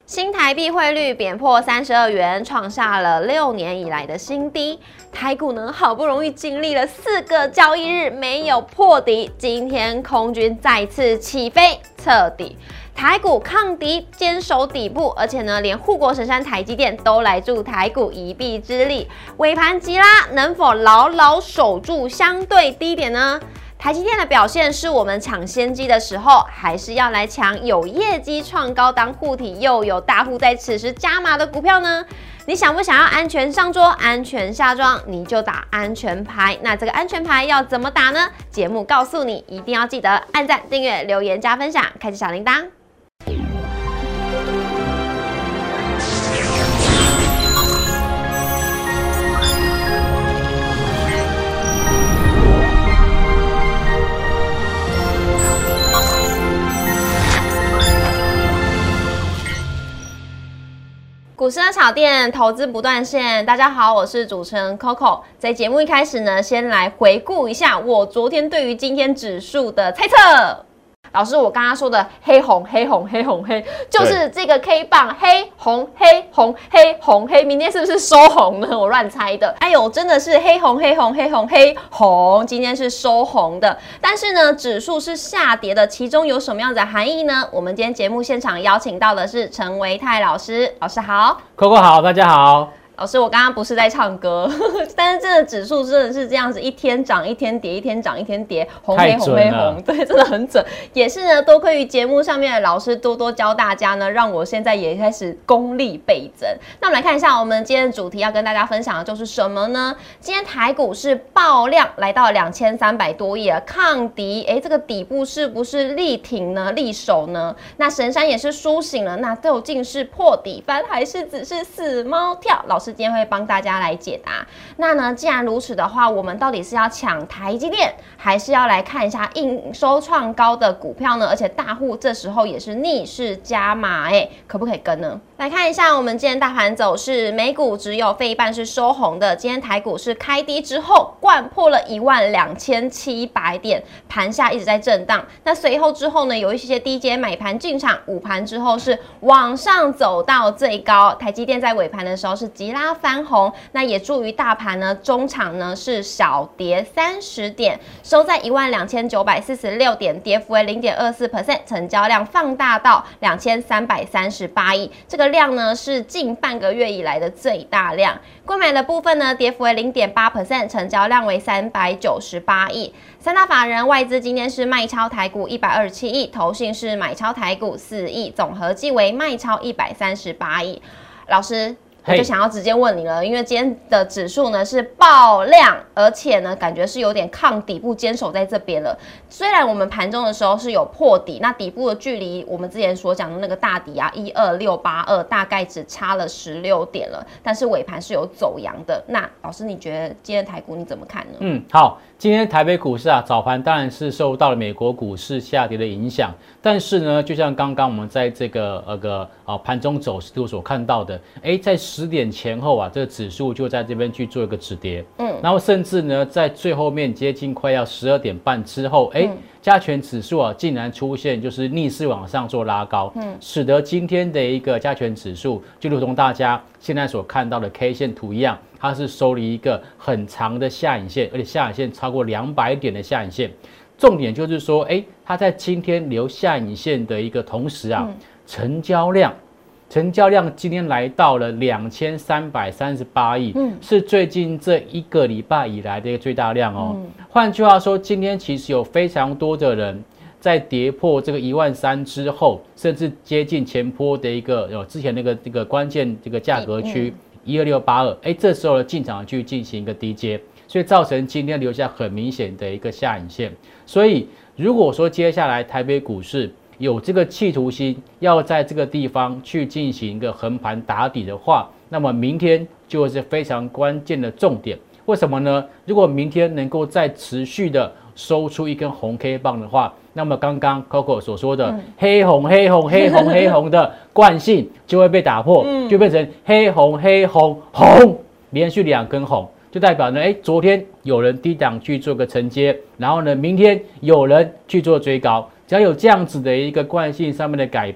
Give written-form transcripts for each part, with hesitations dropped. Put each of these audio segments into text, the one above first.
新台币汇率贬破32元，创下了6年以来的新低。台股呢，好不容易经历了4个交易日没有破底，今天空军再次起飞测底。台股抗敌，坚守底部，而且呢，连护国神山台积电都来助台股一臂之力。尾盘急拉，能否牢牢守住相对低点呢？台积电的表现是我们抢先机的时候，还是要来抢有业绩创高当护体，又有大户在此时加码的股票呢？你想不想要安全上桌、安全下庄？你就打安全牌。那这个安全牌要怎么打呢？节目告诉你，一定要记得按赞、订阅、留言、加分享，开启小铃铛。股市的炒店，投资不断线。大家好，我是主持人 Coco。在节目一开始呢，先来回顾一下我昨天对于今天指数的猜测。老师，我刚刚说的黑红黑红黑红黑，就是这个 K 棒黑红黑红黑红黑，明天是不是收红呢？我乱猜的。哎呦，真的是黑红黑红黑红黑红，今天是收红的。但是呢，指数是下跌的，其中有什么样的含义呢？我们今天节目现场邀请到的是陈维泰老师，老师好。 Coco 好，大家好。 老师，我刚刚不是在唱歌，但是这个指数真的是这样子，一天涨一天跌，一天涨一天跌，红黑红黑红，对，真的很准。也是呢，多亏于节目上面的老师多多教大家呢，让我现在也开始功力倍增。那我们来看一下，我们今天的主题要跟大家分享的就是什么呢？今天台股是爆量来到2300多亿了，抗敌，这个底部是不是力挺呢？力守呢？那神山也是苏醒了，那究竟是破底翻还是只是死猫跳？老师今天会帮大家来解答。那呢，既然如此的话，我们到底是要抢台积电，还是要来看一下营收创高的股票呢？而且大户这时候也是逆势加码，可不可以跟呢？来看一下我们今天大盘走势，美股只有费半是收红的。今天台股是开低之后掼破了12700点，盘下一直在震荡。那随后之后呢，有一些低阶买盘进场，午盘之后是往上走到最高。台积电在尾盘的时候是急拉翻红，那也助于大盘呢中场呢是小跌30点，收在12946点，跌幅为0.24%，成交量放大到2338亿，这个量呢是近半个月以来的最大量。柜买的部分呢，跌幅为0.8%，成交量为398亿。三大法人外资今天是卖超台股127亿，投信是买超台股4亿，总合计为卖超138亿。老师，我就想要直接问你了，因为今天的指数呢是爆量，而且呢感觉是有点抗底部坚守在这边了。虽然我们盘中的时候是有破底，那底部的距离我们之前所讲的那个大底啊12682大概只差了16点了，但是尾盘是有走阳的。那老师，你觉得今天台股你怎么看呢？ 好，今天台北股市啊早盘当然是受到了美国股市下跌的影响，但是呢，就像刚刚我们在这个盘中走势图所看到的，在10点前后啊，这个指数就在这边去做一个止跌，然后甚至呢，在最后面接近快要12点半之后，加权指数啊竟然出现就是逆势往上做拉高，使得今天的一个加权指数就如同大家现在所看到的 K 线图一样，它是收了一个很长的下影线，而且下影线超过200点的下影线。重点就是说，它在今天留下影线的一个同时啊，成交量今天来到了2338亿，是最近这1个礼拜以来的一个最大量哦。换句话说，今天其实有非常多的人在跌破这个13000之后，甚至接近前波的一个之前这个关键这个价格区12682，这时候进场去进行一个低接，所以造成今天留下很明显的一个下影线。所以如果说接下来台北股市有这个企图心，要在这个地方去进行一个横盘打底的话，那么明天就会是非常关键的重点。为什么呢？如果明天能够再持续的收出一根红 K 棒的话，那么刚刚 Coco 所说的黑红黑红黑红黑红的惯性就会被打破，就变成黑红黑红红，连续2根红。就代表呢，昨天有人低档去做个承接，然后呢，明天有人去做追高，只要有这样子的一个惯性上面的改变，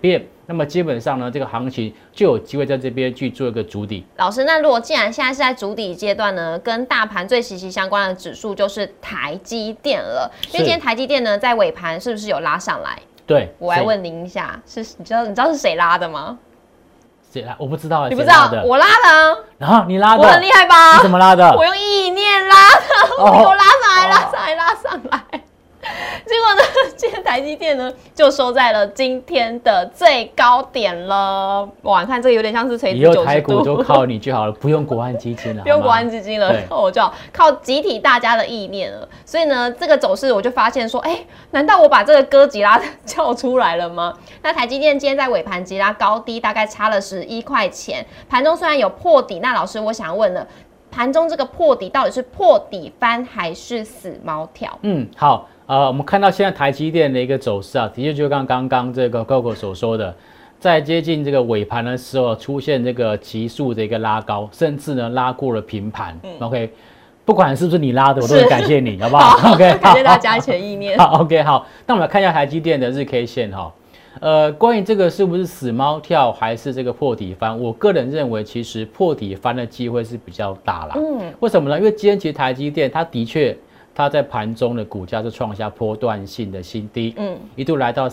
那么基本上呢，这个行情就有机会在这边去做一个筑底。 老师，那如果既然现在是在筑底阶段呢，跟大盘最息息相关的指数就是台积电了，因为今天台积电呢在尾盘是不是有拉上来？ 对， 我来问您一下，你知道是谁拉的吗？ 谁拉？我不知道， 你不知道？我拉的啊。 然后你拉的， 我很厉害吧？ 你怎么拉的？ 我用意念拉的，我拉上来，拉上来，拉上来。结果呢，今天台积电呢就收在了今天的最高点了。哇，看这个有点像是垂直90度。 以后台股都靠你就好了，不用国安基金了， 不用国安基金了，我就靠集体大家的意念了。所以呢，这个走势我就发现说，难道我把这个哥吉拉叫出来了吗？那台积电今天在尾盘急拉高低大概差了11块钱，盘中虽然有破底，那老师我想问了，盘中这个破底到底是破底翻还是死猫跳？ 好。我们看到现在台积电的一个走势啊，的确就刚刚这个 Coco 所说的，在接近这个尾盘的时候出现这个急速的一个拉高，甚至呢拉过了平盘。OK， 不管是不是你拉的，我都很感谢你，好不好 ？OK， 感谢大家全意念。 好 ，OK， 好，那我们来看一下台积电的日 K 线哈。关于这个是不是死猫跳还是这个破底翻，我个人认为其实破底翻的机会是比较大啦。为什么呢？因为今天其实台积电它的确。它在盘中的股价是创下波段性的新低，一度来到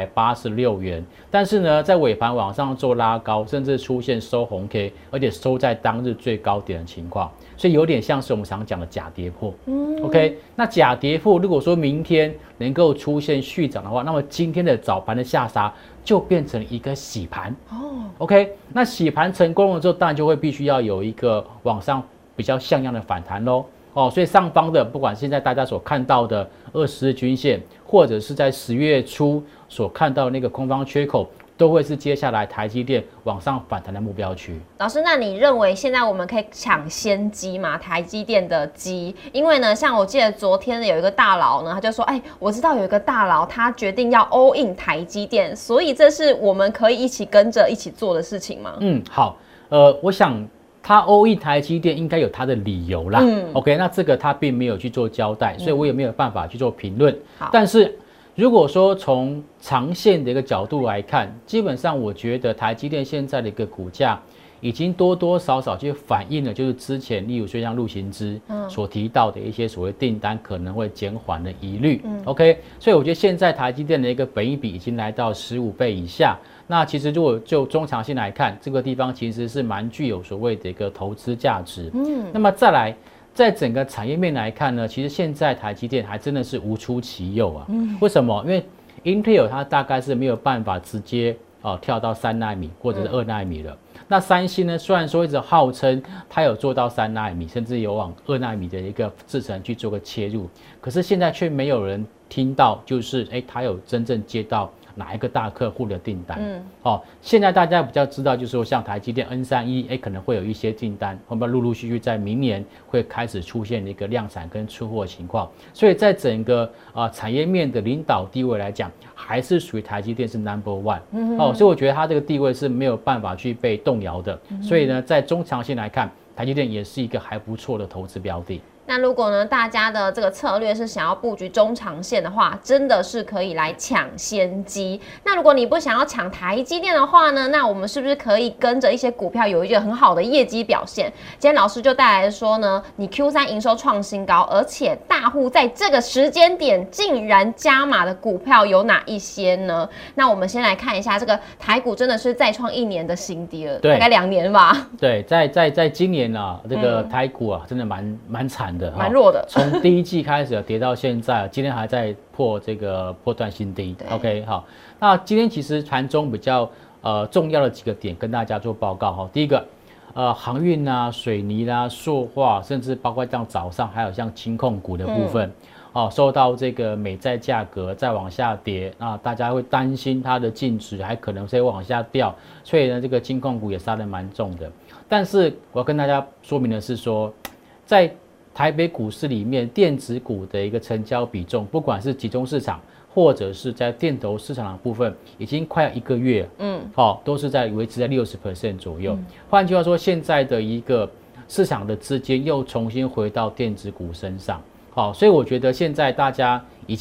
386元，但是呢，在尾盘往上做拉高，甚至出现收红 K， 而且收在当日最高点的情况，所以有点像是我们常讲的假跌破。OK， 那假跌破如果说明天能够出现续涨的话，那么今天的早盘的下杀就变成一个洗盘。OK， 那洗盘成功了之后，当然就会必须要有一个往上比较像样的反弹咯。所以上方的不管现在大家所看到的20日均线，或者是在10月初所看到的那个空方缺口，都会是接下来台积电往上反弹的目标区。 老师，那你认为现在我们可以抢先机吗？台积电的机，因为呢，像我记得昨天有一个大佬呢，他就说，我知道有一个大佬他决定要 all in 台积电，所以这是我们可以一起跟着一起做的事情吗？ 好，我想。他all in台积电应该有他的理由啦。OK， 那这个他并没有去做交代，所以我也没有办法去做评论。但是如果说从长线的一个角度来看，基本上我觉得台积电现在的一个股价已经多多少少就反映了，就是之前例如说像陆行之所提到的一些所谓订单可能会减缓的疑虑。OK， 所以我觉得现在台积电的一个本益比已经来到15倍以下。那其实如果就中长线来看，这个地方其实是蛮具有所谓的一个投资价值。那么再来，在整个产业面来看呢，其实现在台积电还真的是无出其右啊。为什么？因为 Intel 它大概是没有办法直接跳到3奈米或者是2奈米了。那三星呢，虽然说一直号称它有做到3奈米，甚至有往2奈米的一个制程去做个切入，可是现在却没有人听到，就是它有真正接到哪一个大客户的订单。现在大家比较知道，就是说像台积电 N31，可能会有一些订单，会不会陆陆续续在明年会开始出现一个量产跟出货的情况。所以在整个产业面的领导地位来讲，还是属于台积电是 No.1。所以我觉得它这个地位是没有办法去被动摇的。所以呢，在中长线来看，台积电也是一个还不错的投资标的。 那如果呢，大家的这个策略是想要布局中长线的话，真的是可以来抢先机。那如果你不想要抢台积电的话呢，那我们是不是可以跟着一些股票有一个很好的业绩表现？今天老师就带来说呢，你 Q3 营收创新高，而且大户在这个时间点竟然加码的股票有哪一些呢？那我们先来看一下，这个台股真的是再创1年的新低了，大概2年吧。 对，在今年啊，这个台股啊，真的蛮惨。 蛮弱的， 从第一季开始跌到现在，今天还在破这个波段新低。OK， 好，那今天其实盘中比较重要的几个点跟大家做报告哈。第一个，航运啊、水泥啦、塑化，甚至包括像早上还有像金控股的部分，受到这个美债价格再往下跌，那大家会担心它的净值还可能会往下掉，所以呢，这个金控股也杀得蛮重的。但是我要跟大家说明的是说，在台北股市里面，电子股的一个成交比重，不管是集中市场或者是在电投市场的部分，已经快要1个月，都是在维持在60% 左右。换句话说，现在的一个市场的资金又重新回到电子股身上，所以我觉得现在大家已经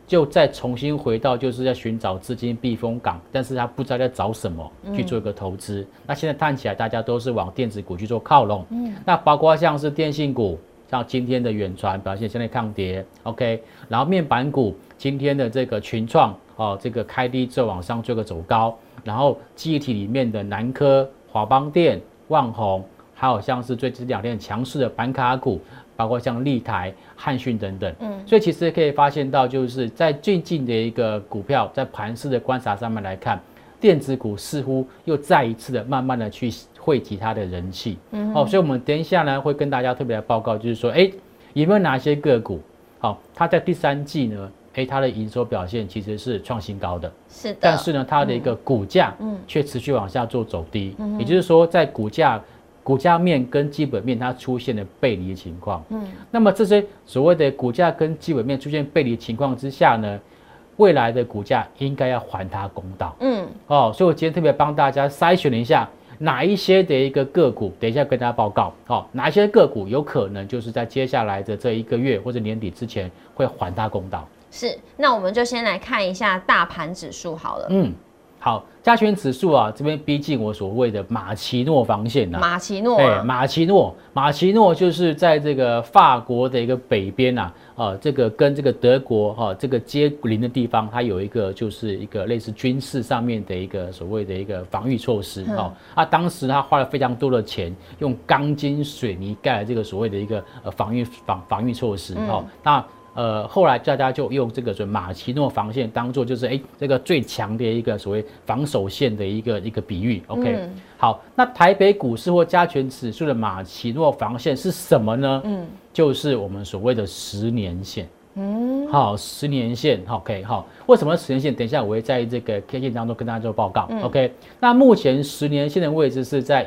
就再重新回到就是在寻找资金避风港，但是他不知道在找什么去做一个投资。那现在看起来大家都是往电子股去做靠拢，那包括像是电信股，像今天的远传表现相对抗跌 ，OK， 然后面板股今天的这个群创这个开低之后往上做个走高，然后记忆体里面的南科、华邦电、旺宏，还有像是最近2天强势的板卡股。包括像立台、汉讯等等，所以其实可以发现到，就是在最近的一个股票在盘势的观察上面来看，电子股似乎又再一次的慢慢的去汇集它的人气，所以我们等一下呢会跟大家特别来报告，就是说，有没有哪些个股，它在第3季呢，它的营收表现其实是创新高的， 是的， 但是呢，它的一个股价，却持续往下做走低，也就是说，在股价面跟基本面它出现了背离的情况，那么这些所谓的股价跟基本面出现背离情况之下呢，未来的股价应该要还它公道，所以我今天特别帮大家筛选了一下哪一些的一个个股，等一下跟大家报告，哪一些个股有可能就是在接下来的这1个月或者年底之前会还它公道。 是，那我们就先来看一下大盘指数好了。 好，加权指数啊，这边逼近我所谓的马奇诺防线呐。 马奇诺啊， 马奇诺就是在这个法国的一个北边呐，这个跟这个德国这个接邻的地方，它有一个就是一个类似军事上面的一个所谓的一个防御措施当时他花了非常多的钱，用钢筋水泥盖了这个所谓的一个防御措施那。后来大家就用这个马奇诺防线当做就是这个最强的一个所谓防守线的一个比喻 ，OK，好，那台北股市或加权指数的马奇诺防线是什么呢？就是我们所谓的10年线。好，10年线 ，OK， 好，为什么10年线？等一下我会在这个 K 线当中跟大家做报告 ，OK。那目前10年线的位置是在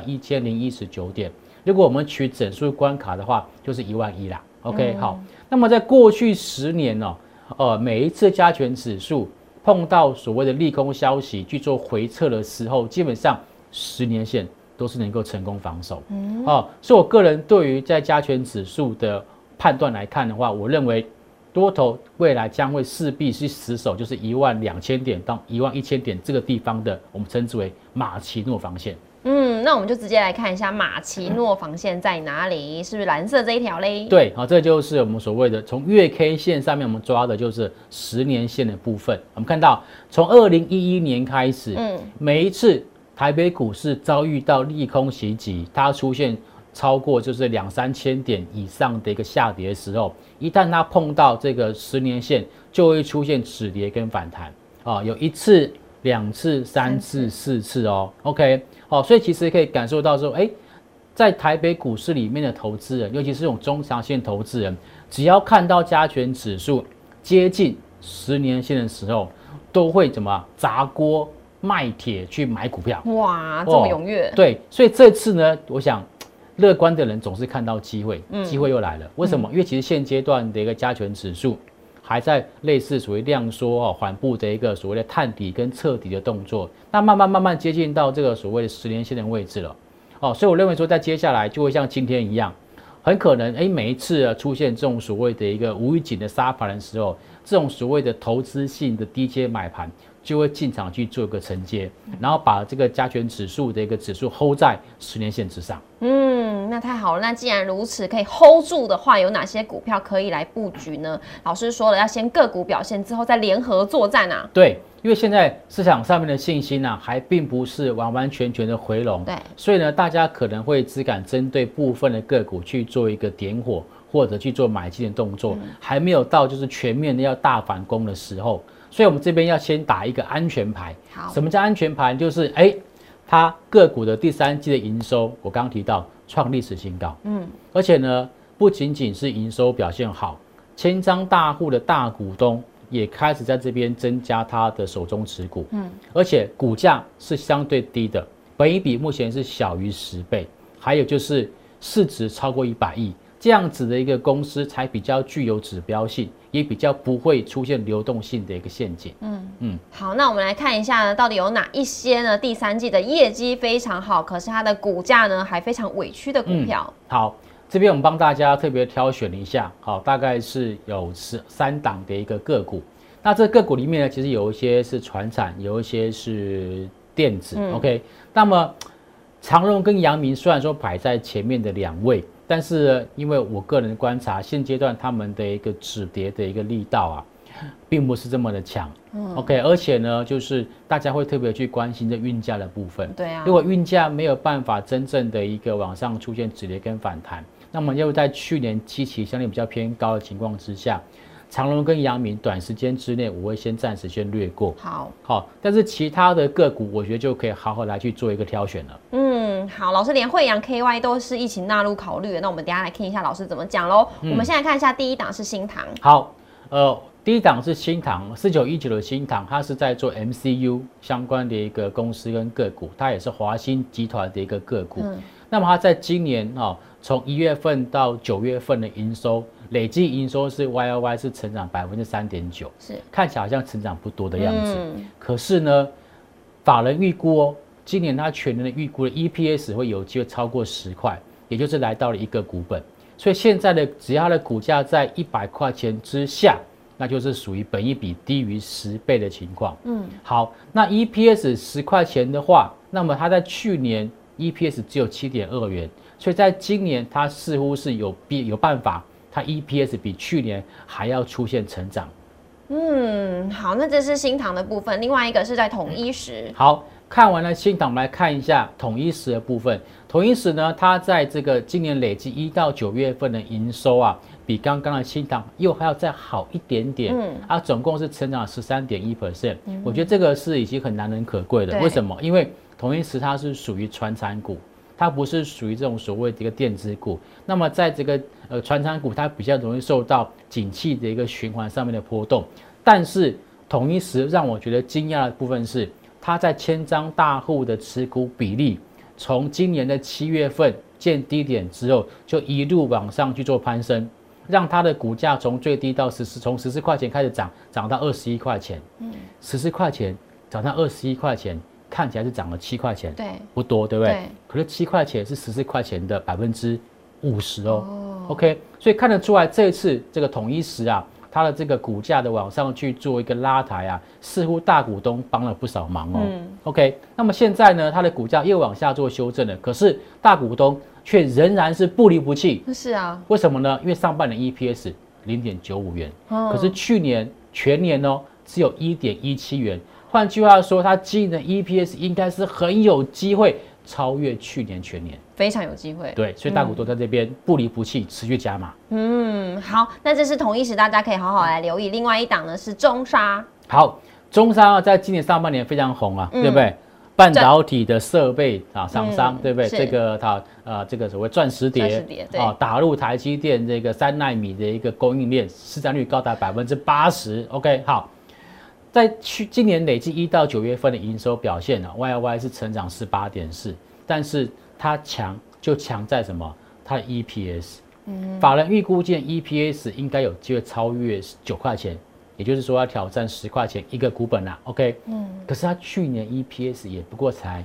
11019点，如果我们取整数关卡的话，就是11000啦 ，OK，好。那么在过去10年每一次加权指数碰到所谓的利空消息去做回撤的时候，基本上10年线都是能够成功防守。所以我个人对于在加权指数的判断来看的话，我认为多头未来将会势必是死守，就是12000点到11000点这个地方的，我们称之为马奇诺防线。 那我们就直接来看一下马奇诺防线在哪里，是不是蓝色这一条嘞？ 对，这就是我们所谓的从月 K 线上面我们抓的就是10年线的部分。我们看到从2011年开始，每一次台北股市遭遇到利空袭击，它出现超过就是2-3千点以上的一个下跌的时候，一旦它碰到这个10年线，就会出现止跌跟反弹有1次、2次、3次、4次OK。所以其实可以感受到说，在台北股市里面的投资人，尤其是这种中长线投资人，只要看到加权指数接近10年线的时候，都会怎么砸锅卖铁去买股票。 哇，这么踊跃！ 对，所以这次呢，我想乐观的人总是看到机会，机会又来了。为什么？因为其实现阶段的一个加权指数还在类似所谓量缩缓步的一个所谓的探底跟测底的动作，那慢慢接近到这个所谓的10年线的位置了所以我认为说在接下来就会像今天一样，很可能每一次出现这种所谓的一个无预警的杀盘的时候，这种所谓的投资性的低阶买盘就会进场去做一个承接，然后把这个加权指数的一个指数 hold 在10年线之上。 那太好了。那既然如此，可以 hold 住的话，有哪些股票可以来布局呢？老师说了，要先个股表现之后再联合作战啊。 对，因为现在市场上面的信心还并不是完全的回笼， 对， 所以呢，大家可能会只敢针对部分的个股去做一个点火，或者去做买进的动作，还没有到就是全面的要大反攻的时候。所以我们这边要先打一个安全牌。什么叫安全牌？就是它个股的第3季的营收，我刚刚提到创历史新高，而且呢，不仅仅是营收表现好，千张大户的大股东也开始在这边增加他的手中持股，而且股价是相对低的，本益比目前是小于10倍，还有就是市值超过100亿。这样子的一个公司才比较具有指标性，也比较不会出现流动性的一个陷阱。 好，那我们来看一下呢，到底有哪一些呢？第3季的业绩非常好，可是它的股价呢还非常委屈的股票。 好， 这边我们帮大家特别挑选一下，好，大概是有13档的一个个股。那这个股里面呢，其实有一些是传产，有一些是电子。OK， 那么长荣跟阳明虽然说摆在前面的2位，但是因为我个人观察，现阶段他们的一个止跌的一个力道啊，并不是这么的强。OK， 而且呢，就是大家会特别去关心这运价的部分。 对啊， 如果运价没有办法真正的一个往上出现止跌跟反弹，那么又在去年基期相对比较偏高的情况之下，长荣跟阳明短时间之内，我会暂时略过。好，但是其他的个股，我觉得就可以好好来去做一个挑选了。 好，老师连慧洋 KY 都是一起纳入考虑的，那我们等一下来听一下老师怎么讲喽。我们现在看一下第一档是新唐。 好，第一档是新唐4919的新唐，它是在做 MCU 相关的一个公司跟个股，它也是华新集团的一个个股。那么它在今年从1月份到9月份的营收，累计营收是 YOY 是成长3.9%，是看起来好像成长不多的样子。可是呢，法人预估今年它全年的预估的 EPS 会有机会超过10块，也就是来到了1个股本。所以现在的只要它的股价在100块钱之下，那就是属于本益比低于10倍的情况。好，那 EPS 10块钱的话，那么它在去年 EPS 只有7.2元，所以在今年它似乎是有办法，它 EPS 比去年还要出现成长。 好，那这是新唐的部分，另外一个是在统一时。 好，看完了新唐，我们来看一下统一时的部分。统一时呢，它在这个今年累计1到9月份的营收啊，比刚刚的新唐又还要再好一点点。总共是成长了13.1%。我觉得这个是已经很难能可贵的。为什么？因为统一时它是属于传产股，它不是属于这种所谓的一个电子股。那么在这个传产股，它比较容易受到景气的一个循环上面的波动。但是统一时让我觉得惊讶的部分是，它在千张大户的持股比例，从今年的7月份见低点之后，就一路往上去做攀升，让它的股价从最低到从14块钱开始涨到21块钱。14块钱涨到21块钱。看起来是涨了7块钱，对，不多，对不对？对。可是7块钱是14块钱的50%OK， 所以看得出来这一次这个统一时啊，它的这个股价的往上去做一个拉抬啊，似乎大股东帮了不少忙OK， 那么现在呢，它的股价又往下做修正了，可是大股东却仍然是不离不弃。 是啊。为什么呢？因为上半年 EPS 0.95元，可是去年全年只有1.17元。换句话说，它今年的 EPS 应该是很有机会超越去年全年， 非常有机会。 对，所以大股东在这边不离不弃，持续加码。 好，那这是统一时，大家可以好好来留意。另外一档呢是中砂。 好，中砂在今年上半年非常红啊，对不对？半导体的设备厂商，对不对？这个这个所谓钻石碟打入台积电这个3奈米的一个供应链，市占率高达80%。OK， 好。在今年累计1到9月份的营收表现YOY 是成长18.4%，但是它强在什么？它的 EPS，法人预估今年 EPS 应该有机会超越9块钱，也就是说要挑战10块钱1个股本啦。OK，可是它去年 EPS 也不过才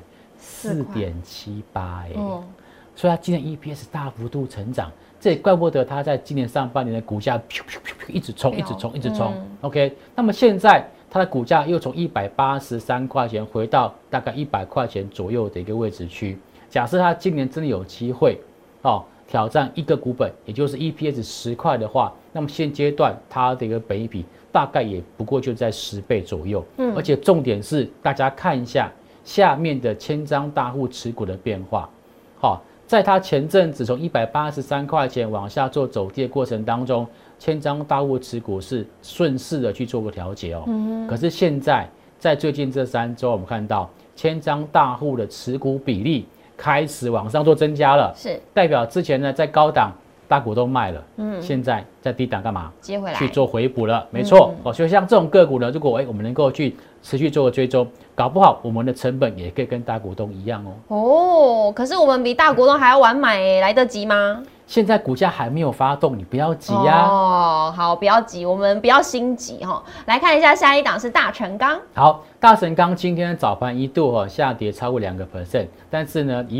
4.78所以它今年 EPS 大幅度成长，这也怪不得它在今年上半年的股价一直冲，OK， 那么现在它的股价又从183块钱回到大概100块钱左右的一个位置区。假设它今年真的有机会挑战1个股本，也就是 EPS 10块的话，那么现阶段它的一个本益比大概也不过就在10倍左右。而且重点是大家看一下下面的千张大户持股的变化。在它前阵子从183块钱往下做走跌过程当中，千张大户持股是顺势的去做个调节可是现在在最近这3周，我们看到千张大户的持股比例开始往上做增加了，是代表之前呢在高档大股东卖了，现在在低档干嘛？接回来去做回补了，没错。所以像这种个股呢，如果我们能够去持续做个追踪，搞不好我们的成本也可以跟大股东一样可是我们比大股东还要晚买来得及吗？ 现在股价还没有发动，你不要急呀。 好，不要急，我们不要心急来看一下下一档是大成钢。 好，大成钢今天早盘一度下跌超过2%，但是呢，一样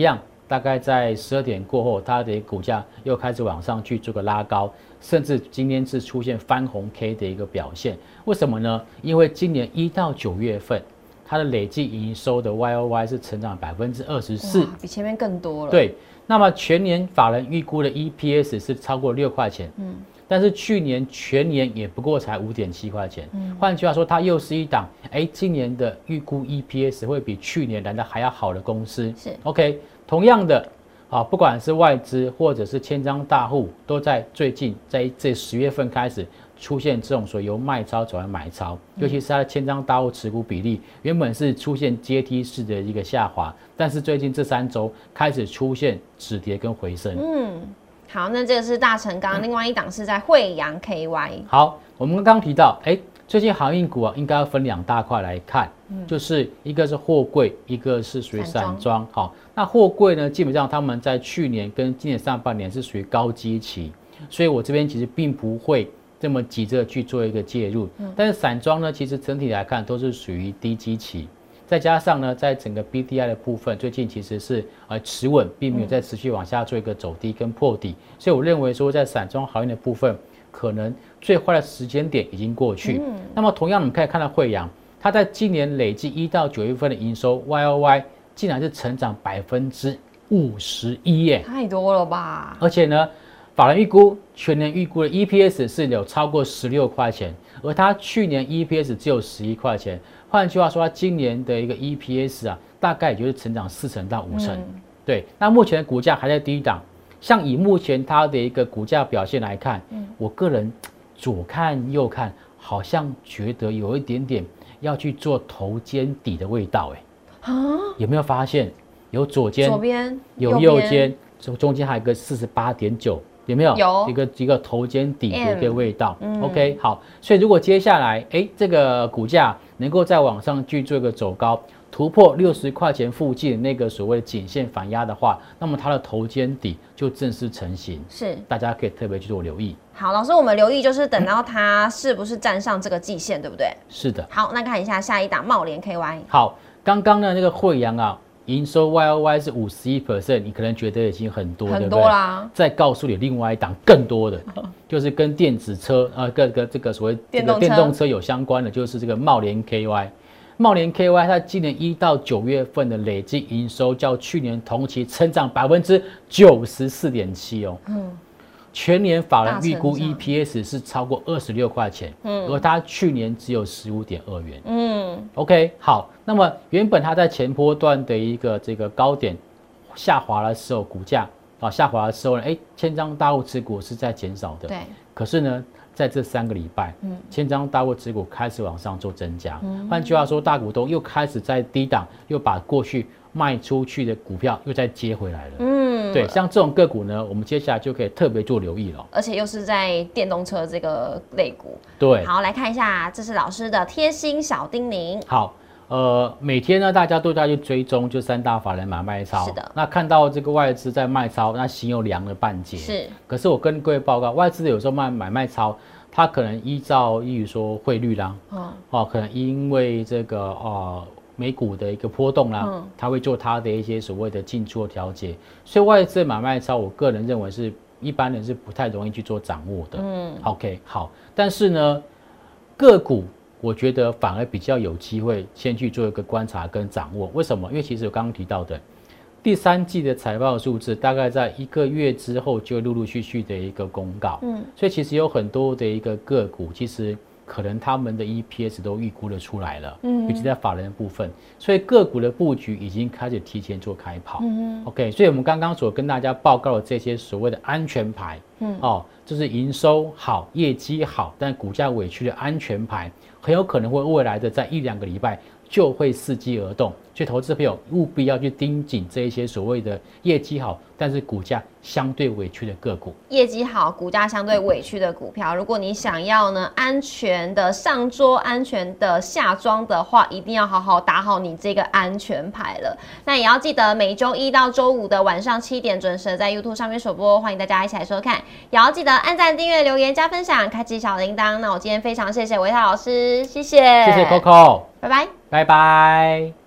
大概在12点过后，它的股价又开始往上去做个拉高，甚至今天是出现翻红 K 的一个表现。为什么呢？因为今年1到9月份，它的累计营收的 YOY 是成长24%， 比前面更多了。 对，那么全年法人预估的 EPS 是超过6块钱，但是去年全年也不过才5.7块钱。换句话说，它又是一档，今年的预估 EPS 会比去年来的还要好的公司。 是 OK， 同样的。不管是外资或者是千张大户，都在最近在这10月份开始出现这种所谓由卖超转为买超，尤其是它的千张大户持股比例，原本是出现阶梯式的一个下滑，但是最近这3周开始出现止跌跟回升。 好，那这个是大成钢，另外一档是在慧洋 KY。 好，我们刚刚提到，最近航运股应该要分2大块来看，就是一个是货柜，一个是属于散装。好，那货柜呢，基本上他们在去年跟今年上半年是属于高基期，所以我这边其实并不会这么急着去做一个介入。但是散装呢，其实整体来看都是属于低基期，再加上呢，在整个 BDI 的部分，最近其实是持稳，并没有再持续往下做一个走低跟破底，所以我认为说在散装航运的部分，可能最坏的时间点已经过去。那么同样，我们可以看到慧洋，它在今年累计1到9月份的营收 YOY 竟然是成长51%耶， 太多了吧？ 而且呢，法人预估全年预估的 EPS 是有超过16块钱，而它去年 EPS 只有11块钱。换句话说，它今年的一个 EPS 大概也就是成长4成到5成。对，那目前的股价还在低档。像以目前它的一个股价表现来看，我个人左看右看，好像觉得有一点点要去做头肩底的味道，有没有发现？有左边，有右肩，中间还有一个48.9，有没有？ 有一个头肩底的一个味道。OK， 好，所以如果接下来这个股价能够再往上去做一个走高，突破60块钱附近那个所谓的颈线反压的话，那么它的头肩底就正式成型。是，大家可以特别去做留意。 好，老师，我们留意就是等到它是不是站上这个季线，对不对？ 是的。 好，那看一下下一档茂联 KY。 好，刚刚的那个慧洋营收 YOY 是51%，你可能觉得已经很多， 很多啦。 再告诉你另外一档更多的，就是跟电子车跟这个所谓电动车有相关的，就是这个茂联 KY。茂联 KY 它今年1到9月份的累计营收较去年同期成长94.7%哦。全年法人预估 EPS 是超过26块钱，而它去年只有15.2元。OK， 好，那么原本它在前波段的一个这个高点下滑的时候，股价下滑的时候呢，千张大户持股是在减少的。对。可是呢，在这3个礼拜，千张大户持股开始往上做增加。换句话说，大股东又开始在低档又把过去卖出去的股票又再接回来了。对，像这种个股呢，我们接下来就可以特别做留意了。 而且又是在电动车这个类股。 对， 好，来看一下，这是老师的贴心小叮咛。 好，每天呢，大家都在去追踪，就3大法人买卖超。 是的。 那看到这个外资在卖超，那心又凉了半截。是。可是我跟各位报告，外资有时候买卖超，它可能依照，例如说汇率啦，可能因为这个美股的一个波动啦，它会做它的一些所谓的进出的调节，所以外资买卖超，我个人认为是一般人是不太容易去做掌握的。OK， 好，但是呢，个股我觉得反而比较有机会先去做一个观察跟掌握。为什么？因为其实我刚刚提到的第3季的财报数字，大概在1个月之后就陆陆续续的一个公告。所以其实有很多的一个个股，其实可能他们的 EPS 都预估了出来了，尤其在法人的部分，所以个股的布局已经开始提前做开跑。OK， 所以我们刚刚所跟大家报告的这些所谓的安全牌，就是营收好、业绩好，但股价委屈的安全牌，很有可能会未来的在1-2个礼拜就会伺机而动。所以投资朋友务必要去盯紧这一些所谓的业绩好，但是股价相对委屈的个股。 业绩好，股价相对委屈的股票，如果你想要呢安全的上桌、安全的下庄的话，一定要好好打好你这个安全牌了。那也要记得每周1到周5的晚上7点准时在 YouTube 上面首播，欢迎大家一起来收看。也要记得按赞、订阅、留言、加分享，开启小铃铛。那我今天非常谢谢维泰老师，谢谢， 谢谢 Coco， 拜拜， 拜拜。